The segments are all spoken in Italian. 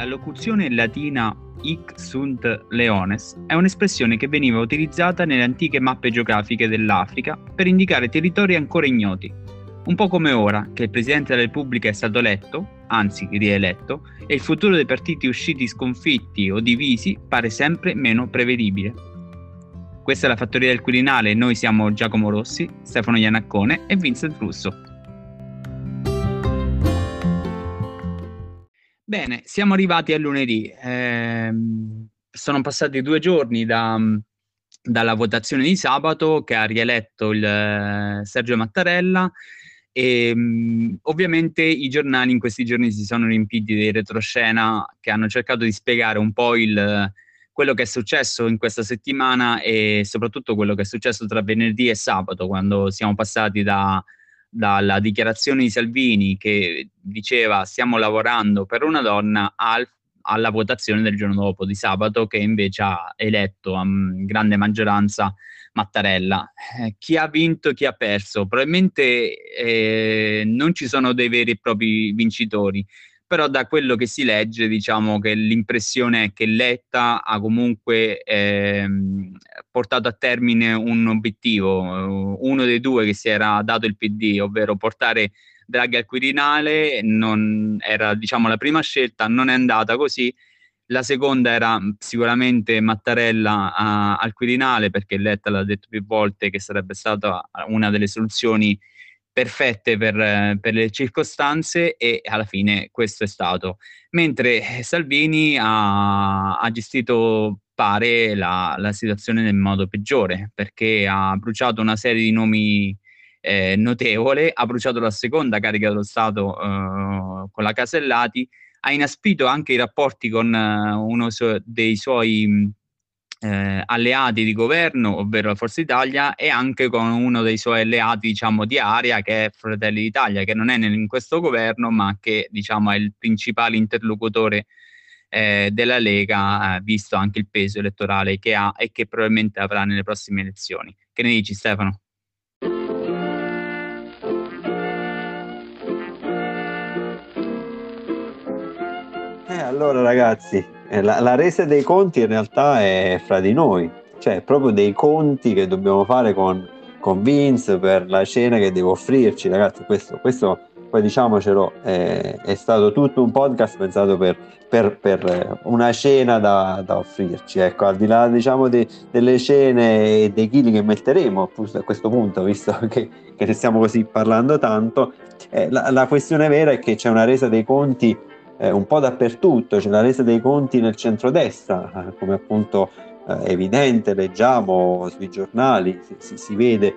La locuzione latina hic sunt leones è un'espressione che veniva utilizzata nelle antiche mappe geografiche dell'Africa per indicare territori ancora ignoti. Un po' come ora che il Presidente della Repubblica è stato eletto, anzi rieletto, e il futuro dei partiti usciti sconfitti o divisi pare sempre meno prevedibile. Questa è la Fattoria del Quirinale, noi siamo Giacomo Rossi, Stefano Iannaccone e Vincent Russo. Bene, siamo arrivati a lunedì. Sono passati 2 giorni dalla votazione di sabato che ha rieletto il Sergio Mattarella e ovviamente i giornali in questi giorni si sono riempiti di retroscena che hanno cercato di spiegare un po' quello che è successo in questa settimana e soprattutto quello che è successo tra venerdì e sabato, quando siamo passati dalla dichiarazione di Salvini che diceva stiamo lavorando per una donna alla votazione del giorno dopo di sabato che invece ha eletto a grande maggioranza Mattarella. Chi ha vinto e chi ha perso? Probabilmente non ci sono dei veri e propri vincitori, però da quello che si legge diciamo che l'impressione è che Letta ha comunque portato a termine un obiettivo, uno dei due che si era dato il PD, ovvero portare Draghi al Quirinale. Non era, diciamo, la prima scelta, non è andata così. La seconda era sicuramente Mattarella al Quirinale, perché Letta l'ha detto più volte che sarebbe stata una delle soluzioni perfette per le circostanze e alla fine questo è stato. Mentre Salvini ha gestito, pare, la situazione nel modo peggiore, perché ha bruciato una serie di nomi notevole, ha bruciato la seconda carica dello Stato con la Casellati, ha inaspito anche i rapporti con uno dei suoi alleati di governo, ovvero la Forza Italia, e anche con uno dei suoi alleati, diciamo, di area, che è Fratelli d'Italia, che non è in questo governo, ma che, diciamo, è il principale interlocutore della Lega, visto anche il peso elettorale che ha e che probabilmente avrà nelle prossime elezioni. Che ne dici, Stefano? Allora ragazzi, la resa dei conti in realtà è fra di noi, cioè proprio dei conti che dobbiamo fare con Vince per la cena che devo offrirci, ragazzi. Questo poi diciamocelo, è stato tutto un podcast pensato per una cena da offrirci, ecco, al di là, diciamo, delle cene e dei chili che metteremo appunto a questo punto, visto che ne stiamo così parlando tanto. La questione vera è che c'è una resa dei conti un po' dappertutto. C'è la resa dei conti nel centrodestra, come appunto evidente, leggiamo sui giornali, si vede.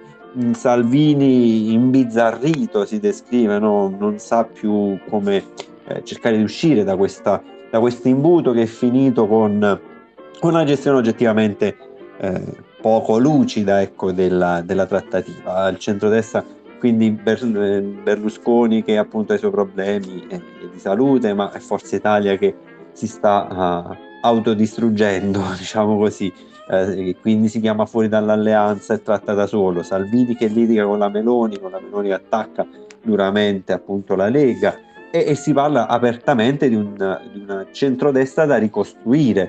Salvini imbizzarrito si descrive, no? Non sa più come cercare di uscire da questo imbuto che è finito con una gestione oggettivamente poco lucida, ecco, della trattativa. Al centrodestra quindi Berlusconi che appunto ha i suoi problemi di salute, ma è Forza Italia che si sta autodistruggendo, diciamo così, quindi si chiama fuori dall'alleanza e tratta da solo. Salvini che litiga con la Meloni che attacca duramente appunto la Lega, e si parla apertamente di una centrodestra da ricostruire.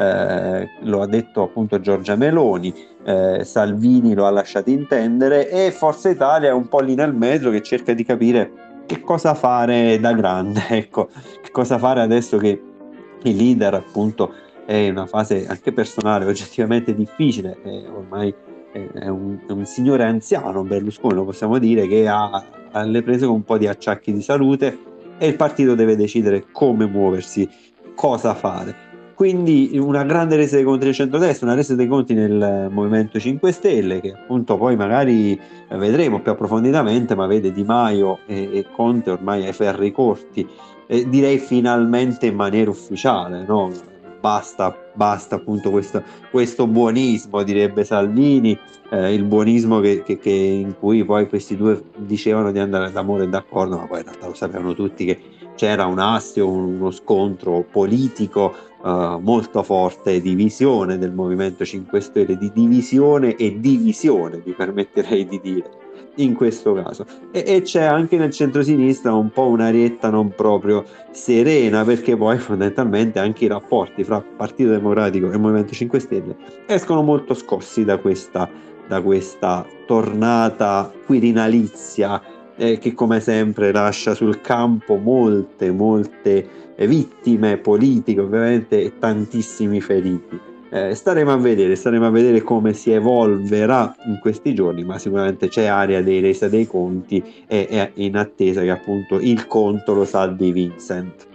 Lo ha detto appunto Giorgia Meloni, Salvini lo ha lasciato intendere, e Forza Italia è un po' lì nel mezzo che cerca di capire che cosa fare da grande, ecco, che cosa fare adesso che il leader appunto è in una fase anche personale oggettivamente difficile, ormai è un signore anziano, Berlusconi lo possiamo dire, che ha alle prese con un po' di acciacchi di salute, e il partito deve decidere come muoversi, cosa fare. Quindi una grande resa dei conti del centrodestra, una resa dei conti nel Movimento 5 Stelle, che appunto poi magari vedremo più approfonditamente, ma vede Di Maio e Conte ormai ai ferri corti, direi finalmente in maniera ufficiale, no? Basta appunto questo buonismo, direbbe Salvini, il buonismo in cui poi questi due dicevano di andare d'amore e d'accordo, ma poi in realtà lo sapevano tutti che c'era un astio, uno scontro politico molto forte, divisione del Movimento 5 Stelle, di divisione e divisione, mi permetterei di dire. in questo caso. E c'è anche nel centrosinistra un po' un'arietta non proprio serena, perché poi fondamentalmente anche i rapporti fra Partito Democratico e Movimento 5 Stelle escono molto scossi da questa tornata quirinalizia, che come sempre lascia sul campo molte vittime politiche ovviamente e tantissimi feriti. Staremo a vedere come si evolverà in questi giorni, ma sicuramente c'è aria di resa dei conti e è in attesa che appunto il conto lo saldi Vincent.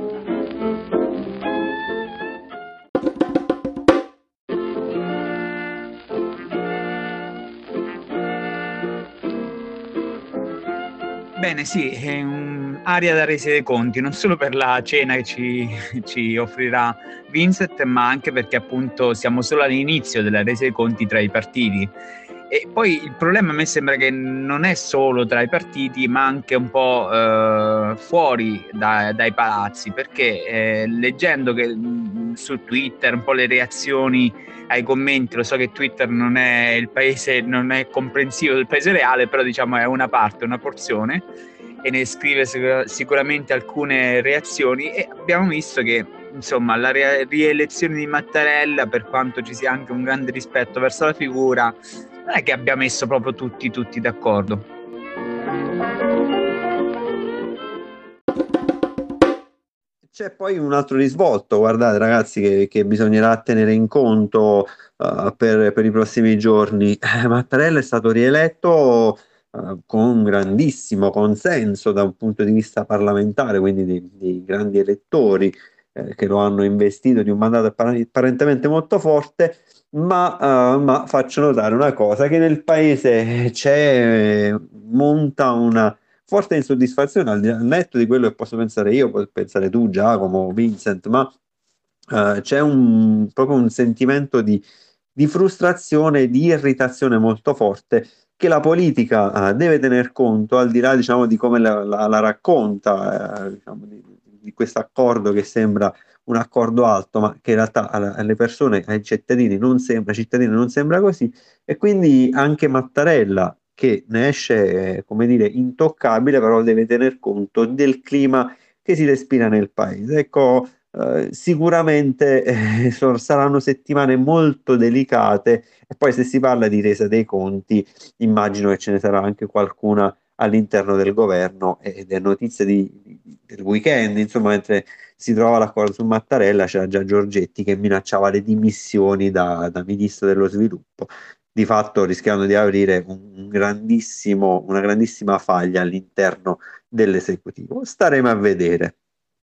Bene, sì, è un'area da resa dei conti, non solo per la cena che ci offrirà Vincent, ma anche perché appunto siamo solo all'inizio della resa dei conti tra i partiti. E poi il problema a me sembra che non è solo tra i partiti, ma anche un po' fuori dai palazzi, perché leggendo che su Twitter un po' le reazioni ai commenti, lo so che Twitter non è il paese, non è comprensivo del paese reale, però diciamo è una parte, una porzione, e ne scrive sicuramente alcune reazioni, e abbiamo visto che insomma la rielezione di Mattarella, per quanto ci sia anche un grande rispetto verso la figura, non è che abbia messo proprio tutti d'accordo. C'è poi un altro risvolto, guardate ragazzi, che bisognerà tenere in conto per i prossimi giorni. Mattarella è stato rieletto con un grandissimo consenso da un punto di vista parlamentare, quindi di grandi elettori che lo hanno investito di un mandato apparentemente molto forte, ma faccio notare una cosa, che nel paese monta una forte insoddisfazione, al netto di quello che posso pensare io, puoi pensare tu, Giacomo, Vincent, ma c'è proprio un sentimento di frustrazione, di irritazione molto forte che la politica deve tener conto, al di là, diciamo, di come la racconta, diciamo, di questo accordo che sembra un accordo alto, ma che in realtà alle persone, ai cittadini non sembra così, e quindi anche Mattarella, che ne esce, come dire, intoccabile, però deve tener conto del clima che si respira nel paese. Ecco, sicuramente saranno settimane molto delicate, e poi se si parla di resa dei conti, immagino che ce ne sarà anche qualcuna all'interno del governo, ed è notizia del weekend, insomma, mentre si trova l'accordo su Mattarella c'era già Giorgetti che minacciava le dimissioni da ministro dello sviluppo, di fatto rischiando di aprire una grandissima faglia all'interno dell'esecutivo. Staremo a vedere.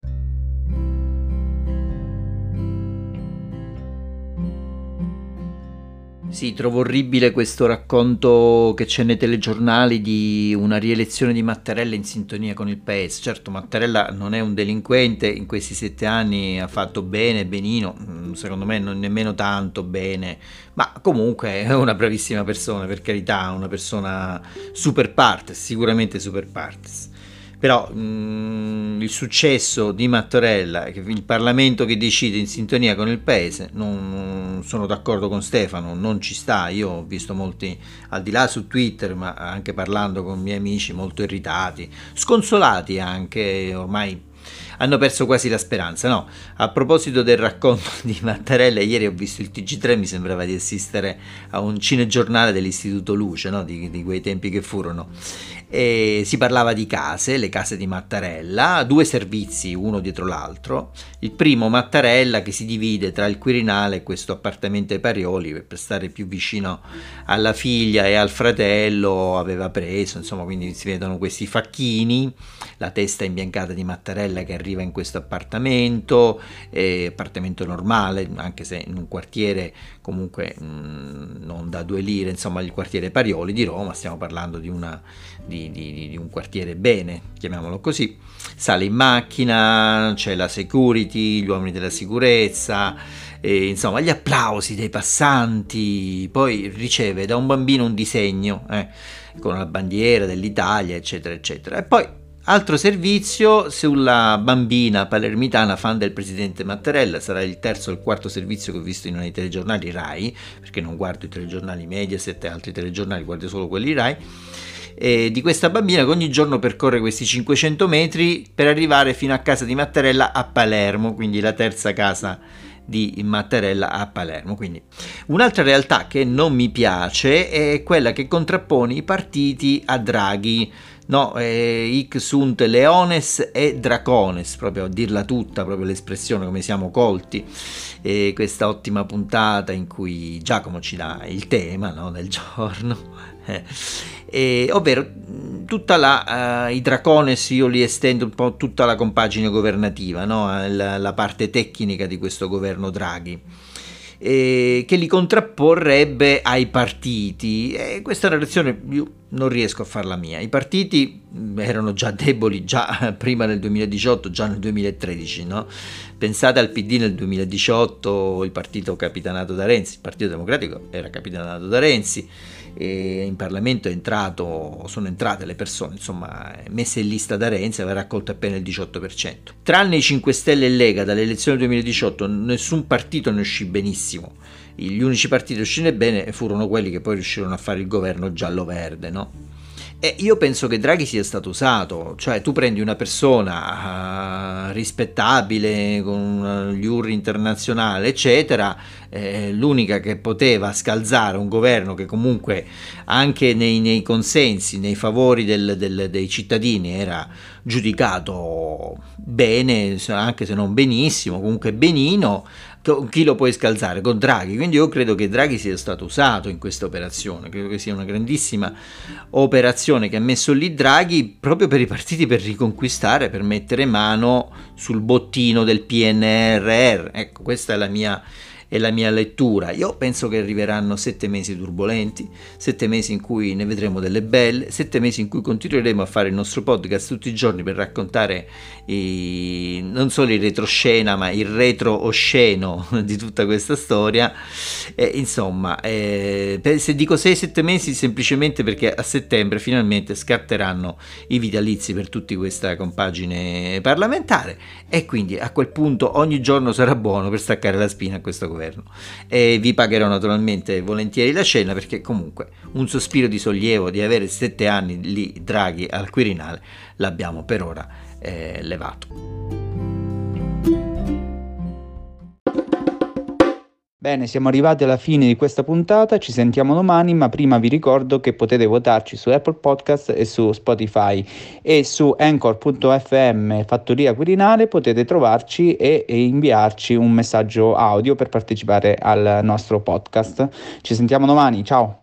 Sì, trovo orribile questo racconto che c'è nei telegiornali di una rielezione di Mattarella in sintonia con il paese. Certo, Mattarella non è un delinquente, in questi 7 anni ha fatto bene, benino, secondo me non nemmeno tanto bene, ma comunque è una bravissima persona, per carità, una persona super partes, sicuramente super partes. Però il successo di Mattarella, il Parlamento che decide in sintonia con il paese, non sono d'accordo con Stefano, non ci sta. Io ho visto molti, al di là su Twitter, ma anche parlando con miei amici, molto irritati, sconsolati anche, ormai hanno perso quasi la speranza. No, a proposito del racconto di Mattarella, ieri ho visto il TG3, mi sembrava di assistere a un cinegiornale dell'Istituto Luce, no? di quei tempi che furono. E si parlava di case, le case di Mattarella, 2 servizi uno dietro l'altro. Il primo, Mattarella, che si divide tra il Quirinale e questo appartamento ai Parioli per stare più vicino alla figlia e al fratello, aveva preso, insomma, quindi si vedono questi facchini, la testa imbiancata di Mattarella che arriva in questo appartamento normale, anche se in un quartiere comunque non da 2 lire, insomma, il quartiere Parioli di Roma, stiamo parlando di un quartiere bene, chiamiamolo così. Sale in macchina, c'è la security, gli uomini della sicurezza, insomma gli applausi dei passanti, poi riceve da un bambino un disegno con la bandiera dell'Italia, eccetera eccetera, e poi altro servizio sulla bambina palermitana fan del presidente Mattarella. Sarà il terzo o il quarto servizio che ho visto in uno dei telegiornali Rai, perché non guardo i telegiornali Mediaset e altri telegiornali, guardo solo quelli Rai. di questa bambina che ogni giorno percorre questi 500 metri per arrivare fino a casa di Mattarella a Palermo, quindi la terza casa di Mattarella a Palermo. Quindi un'altra realtà che non mi piace è quella che contrappone i partiti a Draghi. No, hic sunt leones e dracones, proprio a dirla tutta, proprio l'espressione, come siamo colti. Questa ottima puntata in cui Giacomo ci dà il tema, no, del giorno, ovvero i dracones, io li estendo un po' tutta la compagine governativa, no, la parte tecnica di questo governo Draghi, che li contrapporrebbe ai partiti. Questa narrazione io non riesco a farla mia. I partiti erano già deboli già prima del 2018, già nel 2013, no? Pensate al PD nel 2018, il partito capitanato da Renzi, il Partito Democratico era capitanato da Renzi, e in Parlamento sono entrate le persone, insomma, messe in lista da Renzi, aveva raccolto appena il 18%. Tranne i 5 Stelle e Lega, dalle elezioni del 2018 nessun partito ne uscì benissimo. Gli unici partiti usciti bene furono quelli che poi riuscirono a fare il governo giallo-verde, no? E io penso che Draghi sia stato usato, cioè tu prendi una persona rispettabile, con gli UR internazionali, eccetera, l'unica che poteva scalzare un governo che comunque anche nei consensi, nei favori dei cittadini era giudicato bene, anche se non benissimo, comunque benino. Chi lo puoi scalzare? Con Draghi. Quindi io credo che Draghi sia stato usato in questa operazione, credo che sia una grandissima operazione che ha messo lì Draghi proprio per i partiti, per riconquistare, per mettere mano sul bottino del PNRR. Ecco, questa è la mia lettura. Io penso che arriveranno 7 mesi turbolenti, 7 mesi in cui ne vedremo delle belle, 7 mesi in cui continueremo a fare il nostro podcast tutti i giorni per raccontare non solo il retroscena ma il retro-osceno di tutta questa storia. Insomma, se dico 6-7 mesi semplicemente perché a settembre finalmente scatteranno i vitalizi per tutta questa compagine parlamentare e quindi a quel punto ogni giorno sarà buono per staccare la spina a questo governo. E vi pagherò naturalmente volentieri la cena, perché comunque un sospiro di sollievo di avere 7 anni lì Draghi al Quirinale l'abbiamo per ora levato. Bene, siamo arrivati alla fine di questa puntata, ci sentiamo domani, ma prima vi ricordo che potete votarci su Apple Podcast e su Spotify, e su Anchor.fm Fattoria Quirinale potete trovarci e inviarci un messaggio audio per partecipare al nostro podcast. Ci sentiamo domani, ciao!